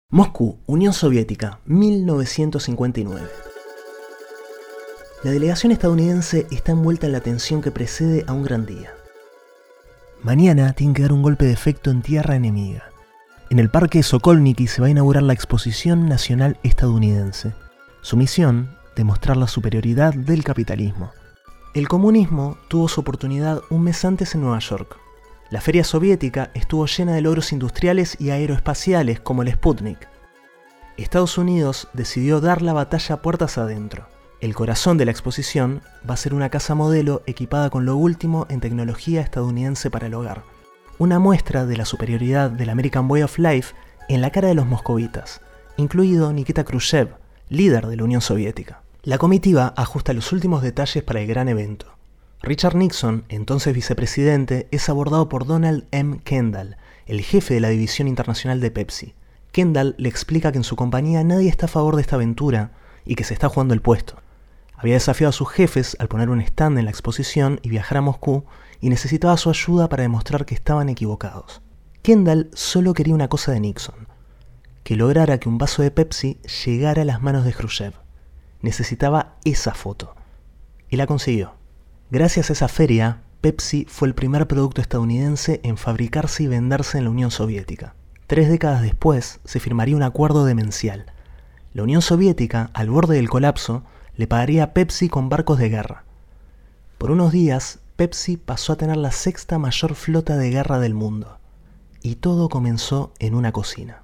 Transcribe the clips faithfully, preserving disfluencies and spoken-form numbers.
Moscú, Unión Soviética, mil novecientos cincuenta y nueve. La delegación estadounidense está envuelta en la tensión que precede a un gran día. Mañana tiene que dar un golpe de efecto en tierra enemiga. En el Parque Sokolniki se va a inaugurar la Exposición Nacional Estadounidense. Su misión, demostrar la superioridad del capitalismo. El comunismo tuvo su oportunidad un mes antes en Nueva York. La feria soviética estuvo llena de logros industriales y aeroespaciales como el Sputnik. Estados Unidos decidió dar la batalla puertas adentro. El corazón de la exposición va a ser una casa modelo equipada con lo último en tecnología estadounidense para el hogar. Una muestra de la superioridad del American Way of Life en la cara de los moscovitas, incluido Nikita Khrushchev, líder de la Unión Soviética. La comitiva ajusta los últimos detalles para el gran evento. Richard Nixon, entonces vicepresidente, es abordado por Donald M. Kendall, el jefe de la división internacional de Pepsi. Kendall le explica que en su compañía nadie está a favor de esta aventura y que se está jugando el puesto. Había desafiado a sus jefes al poner un stand en la exposición y viajar a Moscú y necesitaba su ayuda para demostrar que estaban equivocados. Kendall solo quería una cosa de Nixon, que lograra que un vaso de Pepsi llegara a las manos de Khrushchev. Necesitaba esa foto. Y la consiguió. Gracias a esa feria, Pepsi fue el primer producto estadounidense en fabricarse y venderse en la Unión Soviética. Tres décadas después, se firmaría un acuerdo demencial. La Unión Soviética, al borde del colapso, le pagaría a Pepsi con barcos de guerra. Por unos días, Pepsi pasó a tener la sexta mayor flota de guerra del mundo. Y todo comenzó en una cocina.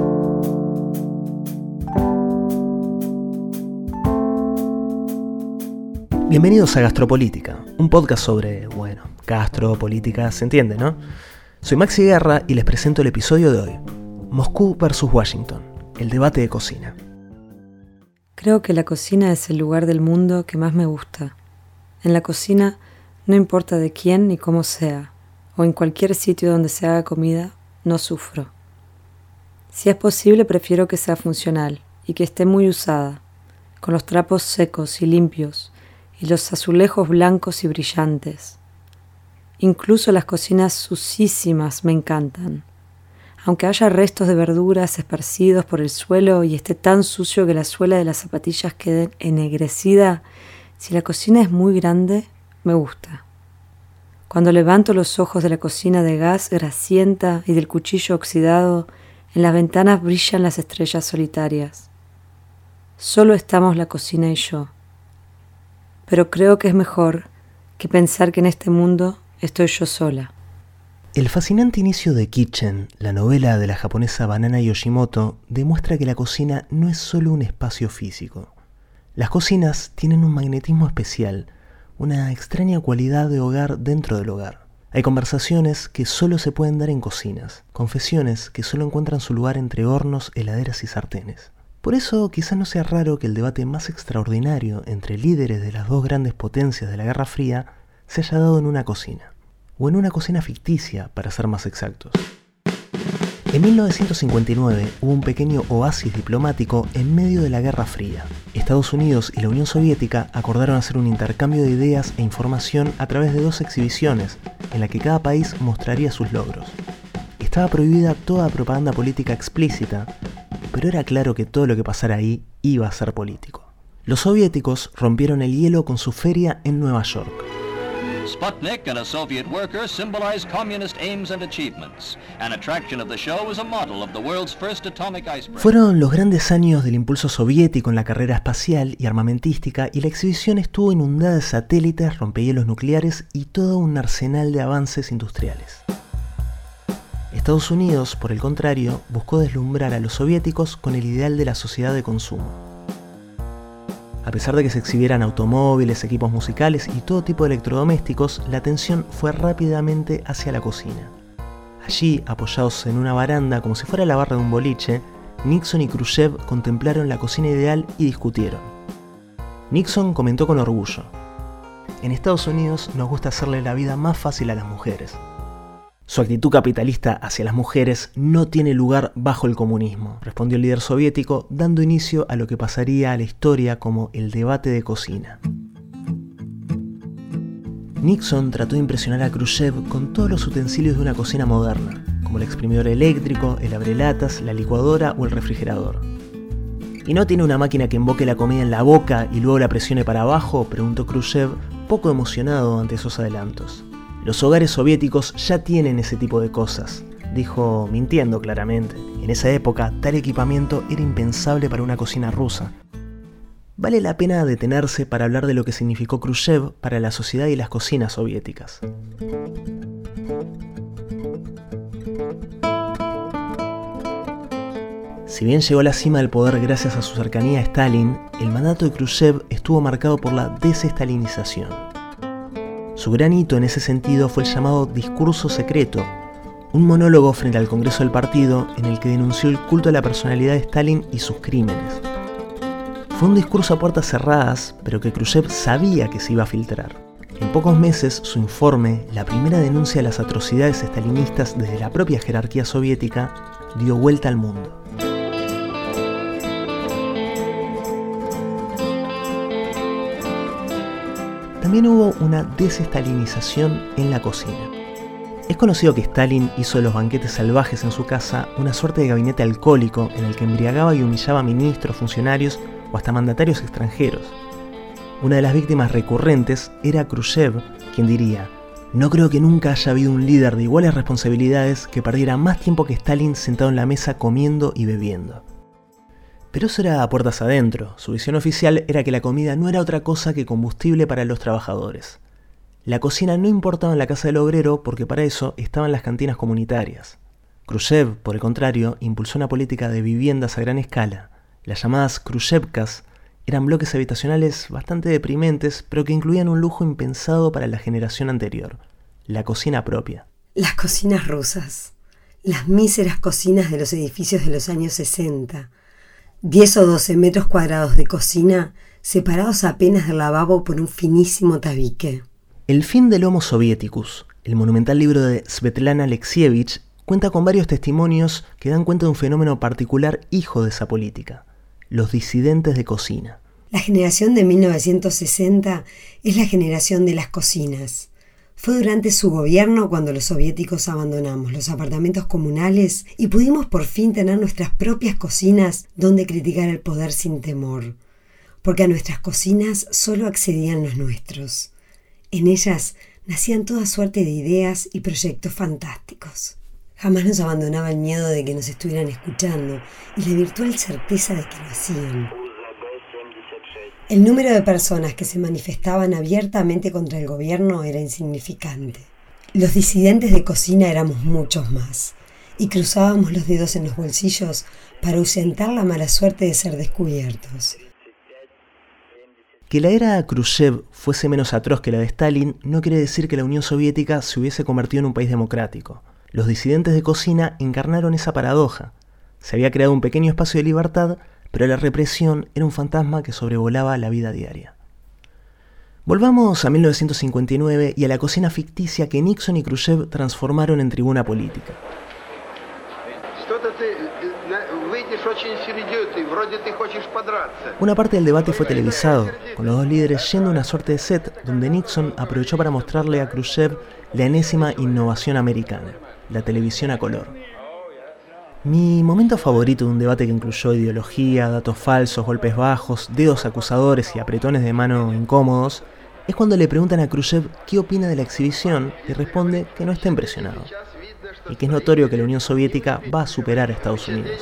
Bienvenidos a Gastropolítica, un podcast sobre, bueno, gastro, política, se entiende, ¿no? Soy Maxi Guerra y les presento el episodio de hoy. Moscú versus Washington, el debate de cocina. Creo que la cocina es el lugar del mundo que más me gusta. En la cocina, no importa de quién ni cómo sea, o en cualquier sitio donde se haga comida, no sufro. Si es posible, prefiero que sea funcional y que esté muy usada, con los trapos secos y limpios, y los azulejos blancos y brillantes. Incluso las cocinas sucísimas me encantan. Aunque haya restos de verduras esparcidos por el suelo y esté tan sucio que la suela de las zapatillas quede ennegrecida, si la cocina es muy grande, me gusta. Cuando levanto los ojos de la cocina de gas grasienta y del cuchillo oxidado, en las ventanas brillan las estrellas solitarias. Solo estamos la cocina y yo. Pero creo que es mejor que pensar que en este mundo estoy yo sola. El fascinante inicio de Kitchen, la novela de la japonesa Banana Yoshimoto, demuestra que la cocina no es solo un espacio físico. Las cocinas tienen un magnetismo especial, una extraña cualidad de hogar dentro del hogar. Hay conversaciones que solo se pueden dar en cocinas, confesiones que solo encuentran su lugar entre hornos, heladeras y sartenes. Por eso quizás no sea raro que el debate más extraordinario entre líderes de las dos grandes potencias de la Guerra Fría se haya dado en una cocina, o en una cocina ficticia, para ser más exactos. En mil novecientos cincuenta y nueve hubo un pequeño oasis diplomático en medio de la Guerra Fría. Estados Unidos y la Unión Soviética acordaron hacer un intercambio de ideas e información a través de dos exhibiciones, en la que cada país mostraría sus logros. Estaba prohibida toda propaganda política explícita, pero era claro que todo lo que pasara ahí iba a ser político. Los soviéticos rompieron el hielo con su feria en Nueva York. Sputnik and a Soviet worker symbolize communist aims and achievements. An attraction of the show is a model of the world's first atomic icebreaker. Fueron los grandes años del impulso soviético en la carrera espacial y armamentística, y la exhibición estuvo inundada de satélites, rompehielos nucleares y todo un arsenal de avances industriales. Estados Unidos, por el contrario, buscó deslumbrar a los soviéticos con el ideal de la sociedad de consumo. A pesar de que se exhibieran automóviles, equipos musicales y todo tipo de electrodomésticos, la atención fue rápidamente hacia la cocina. Allí, apoyados en una baranda como si fuera la barra de un boliche, Nixon y Khrushchev contemplaron la cocina ideal y discutieron. Nixon comentó con orgullo: "En Estados Unidos nos gusta hacerle la vida más fácil a las mujeres. Su actitud capitalista hacia las mujeres no tiene lugar bajo el comunismo", respondió el líder soviético, dando inicio a lo que pasaría a la historia como el debate de cocina. Nixon trató de impresionar a Khrushchev con todos los utensilios de una cocina moderna, como como el exprimidor eléctrico, el abrelatas, la licuadora o el refrigerador. ¿Y no tiene una máquina que emboque la comida en la boca y luego la presione para abajo?, preguntó Khrushchev, poco emocionado ante esos adelantos. Los hogares soviéticos ya tienen ese tipo de cosas, dijo, mintiendo claramente. En esa época, tal equipamiento era impensable para una cocina rusa. Vale la pena detenerse para hablar de lo que significó Khrushchev para la sociedad y las cocinas soviéticas. Si bien llegó a la cima del poder gracias a su cercanía a Stalin, el mandato de Khrushchev estuvo marcado por la desestalinización. Su gran hito en ese sentido fue el llamado discurso secreto, un monólogo frente al Congreso del partido en el que denunció el culto a la personalidad de Stalin y sus crímenes. Fue un discurso a puertas cerradas, pero que Khrushchev sabía que se iba a filtrar. En pocos meses, su informe, la primera denuncia de las atrocidades estalinistas desde la propia jerarquía soviética, dio vuelta al mundo. También hubo una desestalinización en la cocina. Es conocido que Stalin hizo de los banquetes salvajes en su casa una suerte de gabinete alcohólico en el que embriagaba y humillaba a ministros, funcionarios o hasta mandatarios extranjeros. Una de las víctimas recurrentes era Khrushchev, quien diría: «No creo que nunca haya habido un líder de iguales responsabilidades que perdiera más tiempo que Stalin sentado en la mesa comiendo y bebiendo». Pero eso era a puertas adentro. Su visión oficial era que la comida no era otra cosa que combustible para los trabajadores. La cocina no importaba en la casa del obrero porque para eso estaban las cantinas comunitarias. Khrushchev, por el contrario, impulsó una política de viviendas a gran escala. Las llamadas Khrushchevkas eran bloques habitacionales bastante deprimentes, pero que incluían un lujo impensado para la generación anterior: la cocina propia. Las cocinas rusas, las míseras cocinas de los edificios de los años sesenta, diez o doce metros cuadrados de cocina separados apenas del lavabo por un finísimo tabique. El fin del Homo Sovieticus, el monumental libro de Svetlana Alexievich, cuenta con varios testimonios que dan cuenta de un fenómeno particular hijo de esa política: los disidentes de cocina. La generación de mil novecientos sesenta es la generación de las cocinas. Fue durante su gobierno cuando los soviéticos abandonamos los apartamentos comunales y pudimos por fin tener nuestras propias cocinas donde criticar el poder sin temor, porque a nuestras cocinas solo accedían los nuestros. En ellas nacían toda suerte de ideas y proyectos fantásticos. Jamás nos abandonaba el miedo de que nos estuvieran escuchando y la virtual certeza de que lo hacían. El número de personas que se manifestaban abiertamente contra el gobierno era insignificante. Los disidentes de cocina éramos muchos más y cruzábamos los dedos en los bolsillos para ahuyentar la mala suerte de ser descubiertos. Que la era Khrushchev fuese menos atroz que la de Stalin no quiere decir que la Unión Soviética se hubiese convertido en un país democrático. Los disidentes de cocina encarnaron esa paradoja. Se había creado un pequeño espacio de libertad, pero la represión era un fantasma que sobrevolaba la vida diaria. Volvamos a mil novecientos cincuenta y nueve y a la cocina ficticia que Nixon y Khrushchev transformaron en tribuna política. Una parte del debate fue televisado, con los dos líderes yendo a una suerte de set donde Nixon aprovechó para mostrarle a Khrushchev la enésima innovación americana: la televisión a color. Mi momento favorito de un debate que incluyó ideología, datos falsos, golpes bajos, dedos acusadores y apretones de mano incómodos es cuando le preguntan a Khrushchev qué opina de la exhibición y responde que no está impresionado y que es notorio que la Unión Soviética va a superar a Estados Unidos.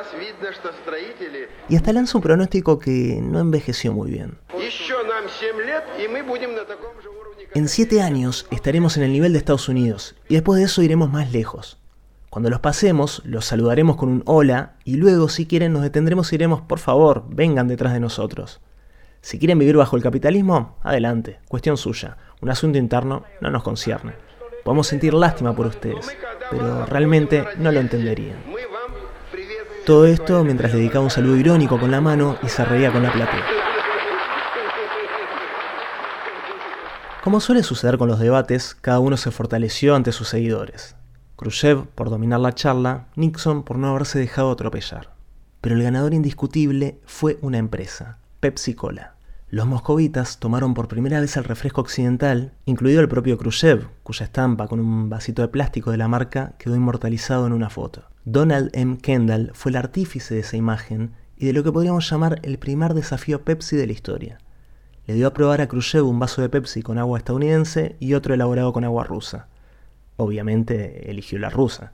Y hasta lanza un pronóstico que no envejeció muy bien. En siete años estaremos en el nivel de Estados Unidos y después de eso iremos más lejos. Cuando los pasemos, los saludaremos con un hola y luego, si quieren, nos detendremos y diremos: por favor, vengan detrás de nosotros. Si quieren vivir bajo el capitalismo, adelante, cuestión suya. Un asunto interno no nos concierne. Podemos sentir lástima por ustedes, pero realmente no lo entenderían. Todo esto mientras le dedicaba un saludo irónico con la mano y se reía con la platea. Como suele suceder con los debates, cada uno se fortaleció ante sus seguidores. Khrushchev por dominar la charla, Nixon por no haberse dejado atropellar. Pero el ganador indiscutible fue una empresa, Pepsi Cola. Los moscovitas tomaron por primera vez el refresco occidental, incluido el propio Khrushchev, cuya estampa con un vasito de plástico de la marca quedó inmortalizado en una foto. Donald M. Kendall fue el artífice de esa imagen y de lo que podríamos llamar el primer desafío Pepsi de la historia. Le dio a probar a Khrushchev un vaso de Pepsi con agua estadounidense y otro elaborado con agua rusa. Obviamente eligió la rusa.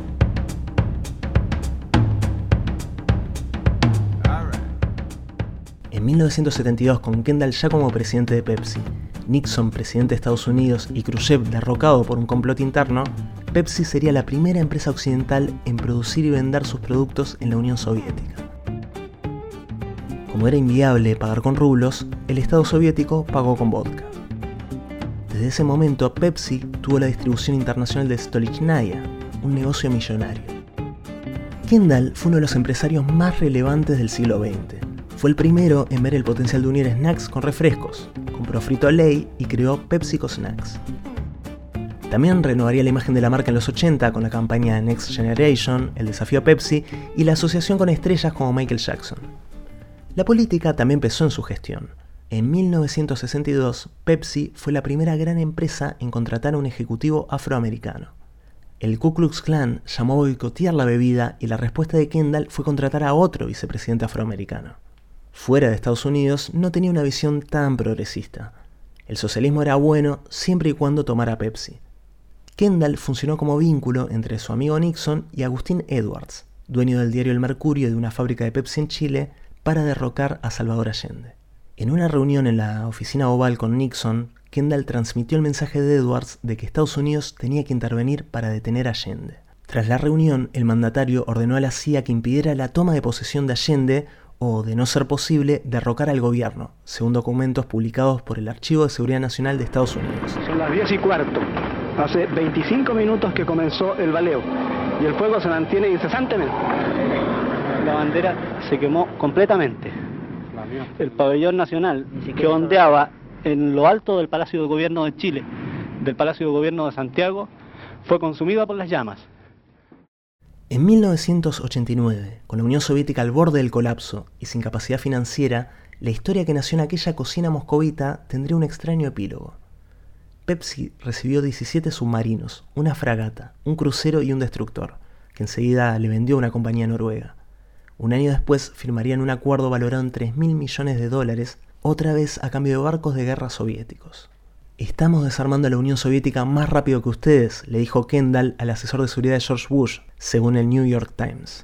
En mil novecientos setenta y dos, con Kendall ya como presidente de Pepsi, Nixon presidente de Estados Unidos y Khrushchev derrocado por un complot interno, Pepsi sería la primera empresa occidental en producir y vender sus productos en la Unión Soviética. Como era inviable pagar con rublos, el Estado soviético pagó con vodka. Desde ese momento, Pepsi tuvo la distribución internacional de Stolichnaya, un negocio millonario. Kendall fue uno de los empresarios más relevantes del siglo veinte. Fue el primero en ver el potencial de unir snacks con refrescos. Compró Frito-Lay y creó PepsiCo Snacks. También renovaría la imagen de la marca en los ochenta con la campaña Next Generation, el desafío Pepsi y la asociación con estrellas como Michael Jackson. La política también pesó en su gestión. En mil novecientos sesenta y dos, Pepsi fue la primera gran empresa en contratar a un ejecutivo afroamericano. El Ku Klux Klan llamó a boicotear la bebida y la respuesta de Kendall fue contratar a otro vicepresidente afroamericano. Fuera de Estados Unidos no tenía una visión tan progresista. El socialismo era bueno siempre y cuando tomara Pepsi. Kendall funcionó como vínculo entre su amigo Nixon y Agustín Edwards, dueño del diario El Mercurio y de una fábrica de Pepsi en Chile, para derrocar a Salvador Allende. En una reunión en la oficina oval con Nixon, Kendall transmitió el mensaje de Edwards de que Estados Unidos tenía que intervenir para detener a Allende. Tras la reunión, el mandatario ordenó a la C I A que impidiera la toma de posesión de Allende o, de no ser posible, derrocar al gobierno, según documentos publicados por el Archivo de Seguridad Nacional de Estados Unidos. Son las diez y cuarto. Hace veinticinco minutos que comenzó el baleo y el fuego se mantiene incesantemente. La bandera se quemó completamente. El pabellón nacional que ondeaba en lo alto del Palacio de Gobierno de Chile, del Palacio de Gobierno de Santiago, fue consumida por las llamas. En mil novecientos ochenta y nueve, con la Unión Soviética al borde del colapso y sin capacidad financiera, la historia que nació en aquella cocina moscovita tendría un extraño epílogo. Pepsi recibió diecisiete submarinos, una fragata, un crucero y un destructor, que enseguida le vendió a una compañía noruega. Un año después firmarían un acuerdo valorado en tres mil millones de dólares, otra vez a cambio de barcos de guerra soviéticos. Estamos desarmando a la Unión Soviética más rápido que ustedes, le dijo Kendall al asesor de seguridad de George Bush, según el New York Times.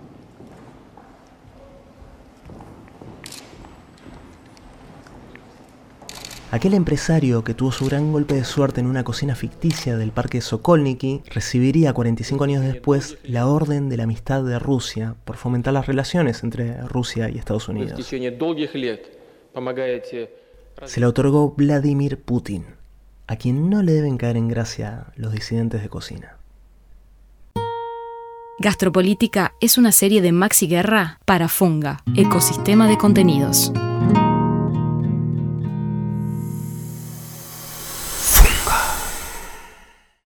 Aquel empresario que tuvo su gran golpe de suerte en una cocina ficticia del parque Sokolniki recibiría cuarenta y cinco años después la Orden de la Amistad de Rusia por fomentar las relaciones entre Rusia y Estados Unidos. Se la otorgó Vladimir Putin, a quien no le deben caer en gracia los disidentes de cocina. Gastropolítica es una serie de Maxi Guerra para Funga, ecosistema de contenidos.